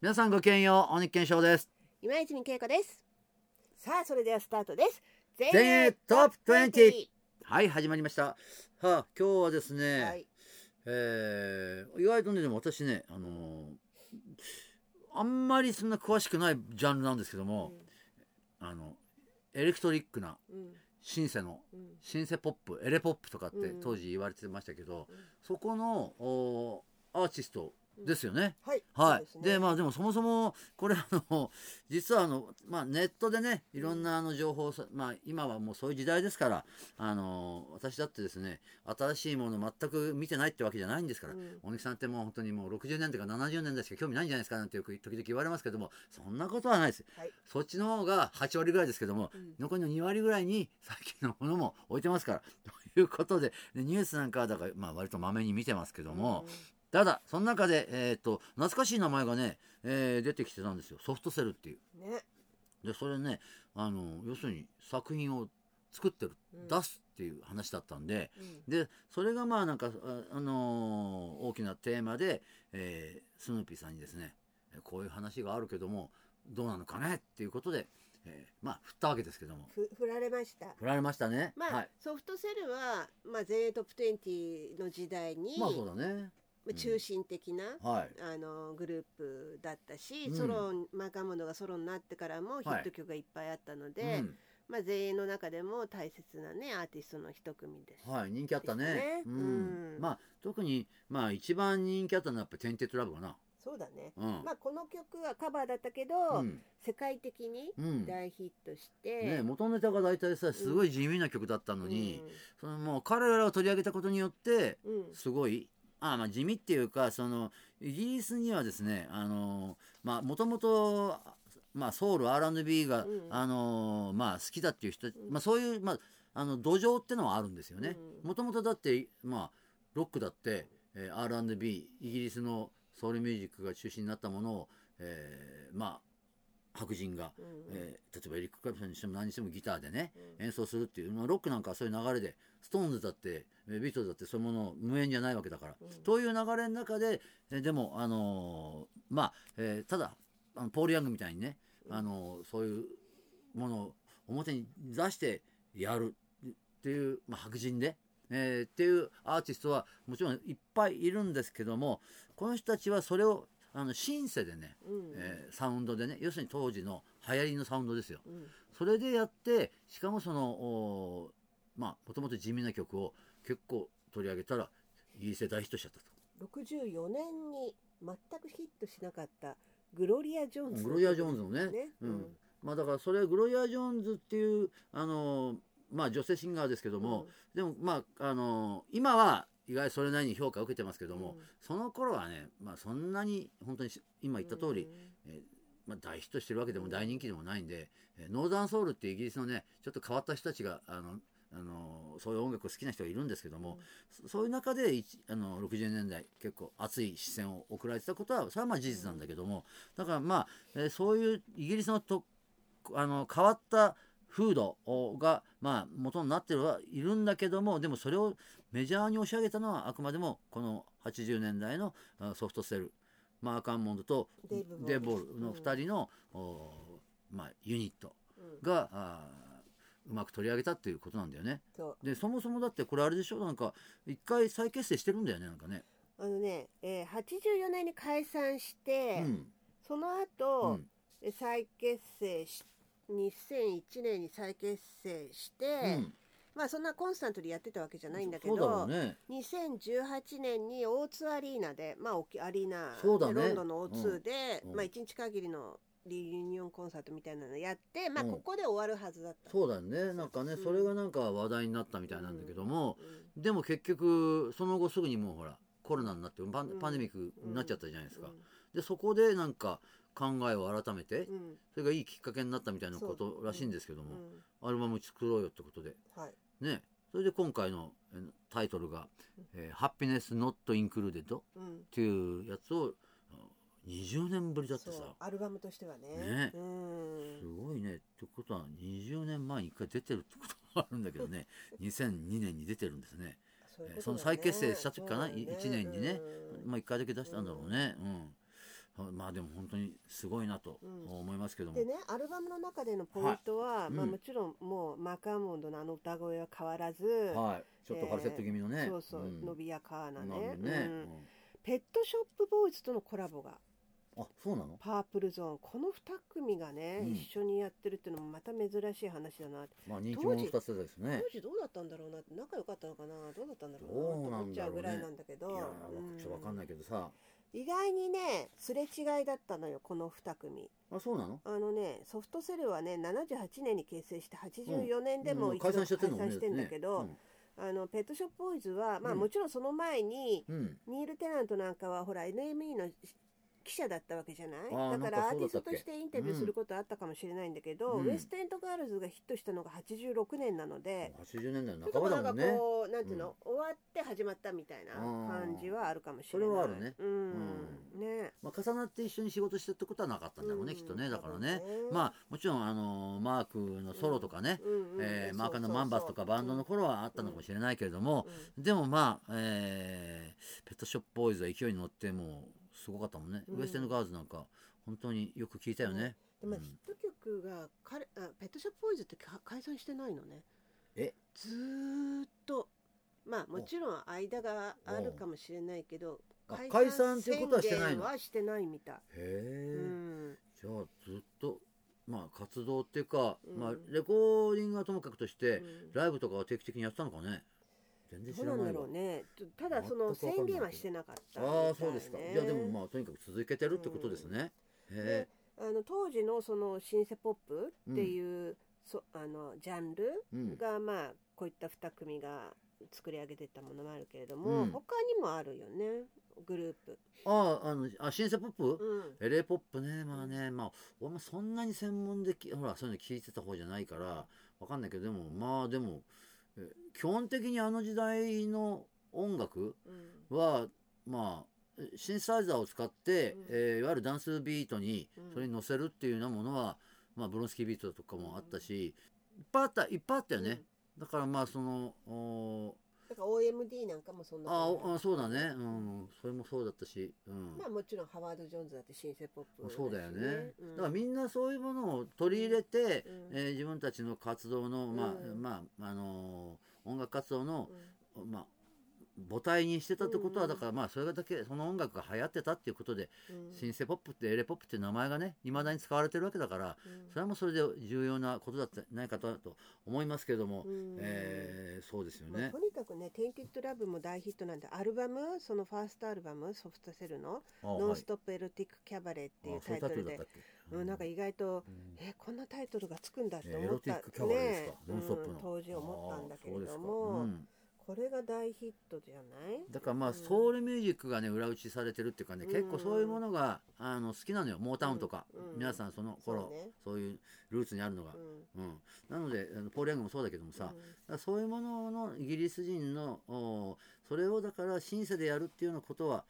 皆さんごきげんよう、大日健翔です。 今泉恵子です。さあそれではスタートです。 全英トップ20。はい、始まりました。今日はですね、 はい、 意外とね、でも私ね、あんまりそんな詳しくないジャンルなんですけども、エレクトリックなシンセの、シンセポップ、エレポップとかって当時言われてましたけど、そこのアーティストですよね。 はい。 でまあでもそもそもこれ実はネットでねいろんな情報を今はもうそういう時代ですから私だってですね新しいもの全く見てないってわけじゃないんですから、大貫さんってもう本当にもう60年とか70年代しか興味ないんじゃないですかなんてよく時々言われますけども、そんなことはないです。そっちの方が8割ぐらいですけども、残りの2割ぐらいに最近のものも置いてますからということでニュースなんかはだから割とまめに見てますけども、ただその中で、懐かしい名前がね、出てきてたんですよ。ソフトセルっていう、でそれね要するに作品を作ってる、出すっていう話だったんで、でそれがなんか、大きなテーマで、スヌーピーさんにですねこういう話があるけどもどうなのかねっていうことで、振ったわけですけども、 振られました。 振られましたね。 ソフトセルは、全英トップ20の時代にそうだね、 中心的な、グループだったし、ソロ若者がソロになってからもヒット曲がいっぱいあったので、全英の中でも大切なねアーティストの一組です。 人気あったね。特に一番人気あったのはやっぱテンテッドラブかな。 そうだね。この曲はカバーだったけど、世界的に大ヒットして、 元ネタが大体さすごい地味な曲だったのに、そのもう彼らを取り上げたことによってすごい地味っていうか、イギリスにはですねもともとソウル R&B が、好きだっていう人、そういう、土壌ってのはあるんですよね。もともとだってロックだって、R&B イギリスのソウルミュージックが中心になったものを、白人が、例えばエリック・クラプトンにしても何にしてもギターでね、演奏するっていう、ロックなんかはそういう流れで、ストーンズだってビートルズだってそういうもの無縁じゃないわけだから、という流れの中で、でもただポール・ヤングみたいにね、そういうものを表に出してやるっていう、白人で、っていうアーティストはもちろんいっぱいいるんですけども、この人たちはそれをシンセでね、サウンドでね、要するに当時の流行りのサウンドですよ、それでやって、しかももともと地味な曲を結構取り上げたらイギリスで大ヒットしちゃったと。 64年に全くヒットしなかったグロリア・ジョーンズ、 グロリア・ジョーンズのね、だからそれグロリア・ジョーンズっていう女性シンガーですけども、でも今は意外にそれなりに評価を受けてますけども、その頃はね、そんなに本当に今言った通り、大ヒットしてるわけでも大人気でもないんで、ノーザンソウルってイギリスのねちょっと変わった人たちがそういう音楽を好きな人がいるんですけども、そういう中で60年代結構熱い視線を送られてたことはそれは事実なんだけども、だからそういうイギリスの変わった風土が元になってはいるんだけども、でもそれをメジャーに押し上げたのはあくまでもこの80年代のソフトセル、マーク・アンモンドとデイブ・ボールの2人の、ユニットが、うまく取り上げたっていうことなんだよね。でそもそもだってこれあれでしょ、なんか一回再結成してるんだよね、なんかね。 84年に解散して、その後、再結成し2001年に再結成して、そんなコンスタントにやってたわけじゃないんだけど、2018年に O2 アリーナで、アリーナ、ロンドンの O2 で、1日限りのリユニオンコンサートみたいなのやって、ここで終わるはずだった。 そうだよね、なんかね、それがなんか話題になったみたいなんだけども、でも結局その後すぐにもうほらコロナになってパンデミックになっちゃったじゃないですか。でそこでなんか考えを改めて、それがいいきっかけになったみたいなことらしいんですけども、アルバム作ろうよってことで、ね、それで今回のタイトルが「ハピネス・ノット・インクルーデッド」っていうやつを20年ぶりだってさ、 アルバムとしてはね、 すごいね。ってことは20年前に1回出てるってこともあるんだけどね2002年に出てるんですね。その再結成した時かな、1年にね、1回だけ出したんだろうね。 まあでも本当にすごいなと思いますけども、 でね、アルバムの中でのポイントは、まあ、もちろんもうマーク・アーモンドのあの歌声は変わらず、 はい、ちょっとファルセット気味のね、 そうそう、伸びやかなね、 ペットショップボーイズとのコラボが、 あ、そうなの？ パープルゾーン、この2組がね、一緒にやってるっていうのもまた珍しい話だな。 まあ人気者2つですね。 当時どうだったんだろうなって、仲良かったのかな、どうだったんだろうなと思っちゃうぐらいなんだけど、 いやちょっとわかんないけどさ、 意外にねすれ違いだったのよ、この2組。 あ、そうなの？ ソフトセルはね78年に結成して84年でも一度解散してんだけど、ペットショップボーイズは、まあもちろんその前に、ニール・テナントなんかはほら NME の記者だったわけじゃない。だからアーティストとしてインタビューすることはあったかもしれないんだけど、ウエストエンドガールズがヒットしたのが86年なので、 80年代の半ばだもんね。 なんかこうなんていうの、終わって始まったみたいな感じはあるかもしれない。 それはあるね。 ね。 まあ重なって一緒に仕事してってことはなかったんだろうね、きっとね。だからね、まあもちろんマークのソロとかね、マーカーのマンバスとかバンドの頃はあったのかもしれないけれども、でもまあ、ペットショップボーイズは勢いに乗ってもすごかったもんね、ウエストエンドガールズなんか本当によく聞いたよね。 でもヒット曲がペットショップボーイズって解散してないのね。ずーっと、まあもちろん間があるかもしれないけど、 解散っていうことはしてないの？ はしてないみたい。 へえ、じゃあずっとまあ活動っていうか、まあレコーディングはともかくとして、ライブとかは定期的にやってたのかね。全然知らないわ。 そうなんだろうね。ただその宣言はしてなかったみたいね。 ああ、そうですか。じゃあでもまあとにかく続けてるってことですね。へえ。 当時のそのシンセポップっていう、ジャンルがまあこういった2組が作り上げてたものもあるけれども、他にもあるよね、グループ。 シンセポップ、LA ポップね。まあね、まあ俺もそんなに専門でほらそういうの聞いてた方じゃないからわかんないけど、でもまあでも基本的にあの時代の音楽は、まあシンセサイザーを使って、いわゆるダンスビートにそれに乗せるっていうようなものは、まあ、ブロンスキービートとかもあったし、いっぱいあったよね。だからまあそのだから OMD なんかもそんなそうだね、それもそうだったし、 まあもちろんハワード・ジョーンズだってシンセポップだし、ね、 そうだよね、だからみんなそういうものを取り入れて、自分たちの活動の音楽活動の、まあ母体にしてたってことは、だからまあそれだけその音楽が流行ってたっていうことで、シンセポップってエレポップっていう名前がね未だに使われてるわけだから、それもそれで重要なことだったんじゃないかと思いますけれども、そうですよね。 とにかくね、テンティッドラブも大ヒットなんで、アルバム、そのファーストアルバムソフトセルのノンストップエロティックキャバレーっていうタイトルで、なんか意外と、こんなタイトルがつくんだって思ったね、当時思ったんだけれども、これが大ヒットじゃない？ だからまあソウルミュージックがね裏打ちされてるっていうかね、結構そういうものが好きなのよ、モータウンとか、皆さんその頃そういうルーツにあるのが、なのでポール・ヤングもそうだけどもさ、そういうもののイギリス人のそれをだからシンセでやるっていうようなことは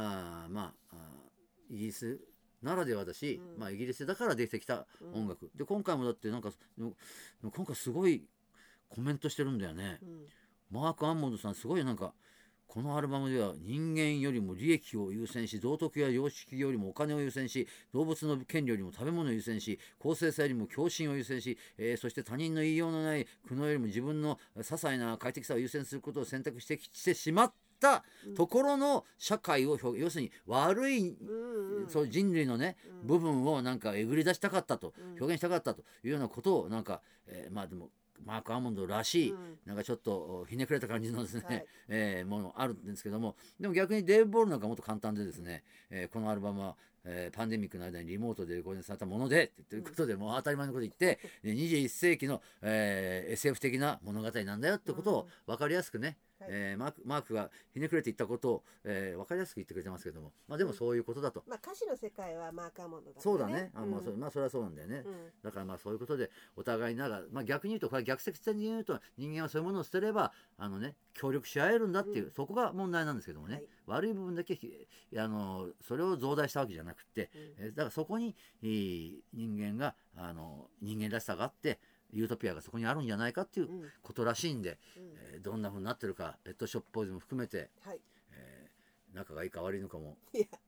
イギリスならではだし、まあイギリスだからできてきた音楽で、今回もだってなんか今回すごいコメントしてるんだよね。マーク・アンモンドさんすごいなんか、このアルバムでは人間よりも利益を優先し、道徳や常識よりもお金を優先し、動物の権利よりも食べ物を優先し、公正さよりも共振を優先し、そして他人の言いようのない苦悩よりも自分の些細な快適さを優先することを選択してしまったところの社会を要するに悪い、そう人類のね、部分をなんかえぐり出したかったと、表現したかったというようなことをなんか、まあでもマーク・アーモンドらしい、なんかちょっとひねくれた感じのですね、ものあるんですけども、でも逆にデーブ・ボールなんかもっと簡単でですね、このアルバムは、パンデミックの間にリモートでレコーディングされたものでということで、もう当たり前のこと言って21世紀の、SF 的な物語なんだよってことを分かりやすくね、マークがひねくれていったことを、分かりやすく言ってくれてますけども、まあでもそういうことだと、 まあ歌詞の世界はマーク・アーモンドだからね。 そうだね、まあそれはそうなんだよね、だからまあそういうことでお互いまあ逆に言うと、これ逆説的に言うと、人間はそういうものを捨てれば協力し合えるんだっていう、そこが問題なんですけどもね、悪い部分だけそれを増大したわけじゃなくて、だからそこに人間が人間らしさがあって、ユートピアがそこにあるんじゃないかっていうことらしいんで、どんな風になってるか、ペットショップポイズンも含めて、仲がいいか悪いのかも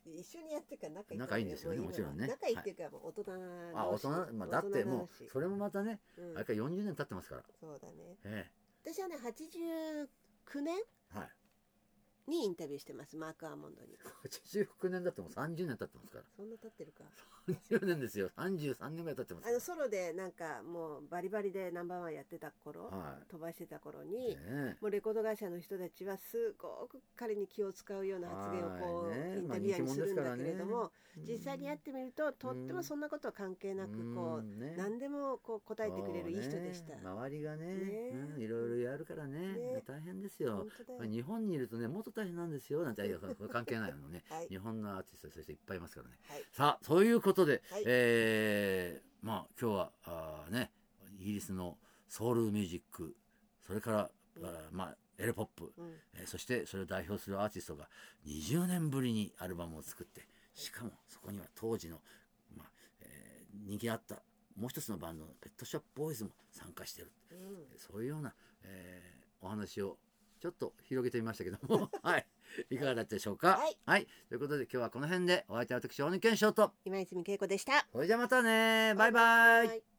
一緒にやってるから仲いいんですよね、もちろんね。 仲いいっていうかもう大人同士。 大人、まあ、だってもうそれもまたね、あれから40年経ってますから。 そうだね。私はね89年はいにインタビューしてます、マーク・アーモンドに。 89年だってもう30年経ってますから。 そんな経ってるか。 30年ですよ。33年ぐらい経ってます。 ソロでなんかもうバリバリでナンバーワンやってた頃、飛ばしてた頃に、もうレコード会社の人たちはすごく彼に気を使うような発言をこう、インタビュアーにするんだけれども、実際にやってみるととってもそんなことは関係なくこう、何でもこう答えてくれるいい人でした。 周りがね、いろいろやるからね、大変ですよ。日本にいるとね、もっと大変なんですよなんて、関係ないのね。日本のアーティストそしていっぱいいますからね。さあ、そういうことで、まあ今日はね、イギリスのソウルミュージック、それからまあエレポップ、そしてそれを代表するアーティストが20年ぶりにアルバムを作って、しかもそこには当時の、人気あったもう一つのバンドのペットショップボーイズも参加してる、そういうような、お話をちょっと広げてみましたけどもはい、いかがだったでしょうか。はい、ということで今日はこの辺で、お相手は私大根健翔と今泉恵子でした。 それじゃまたね、バイバイ。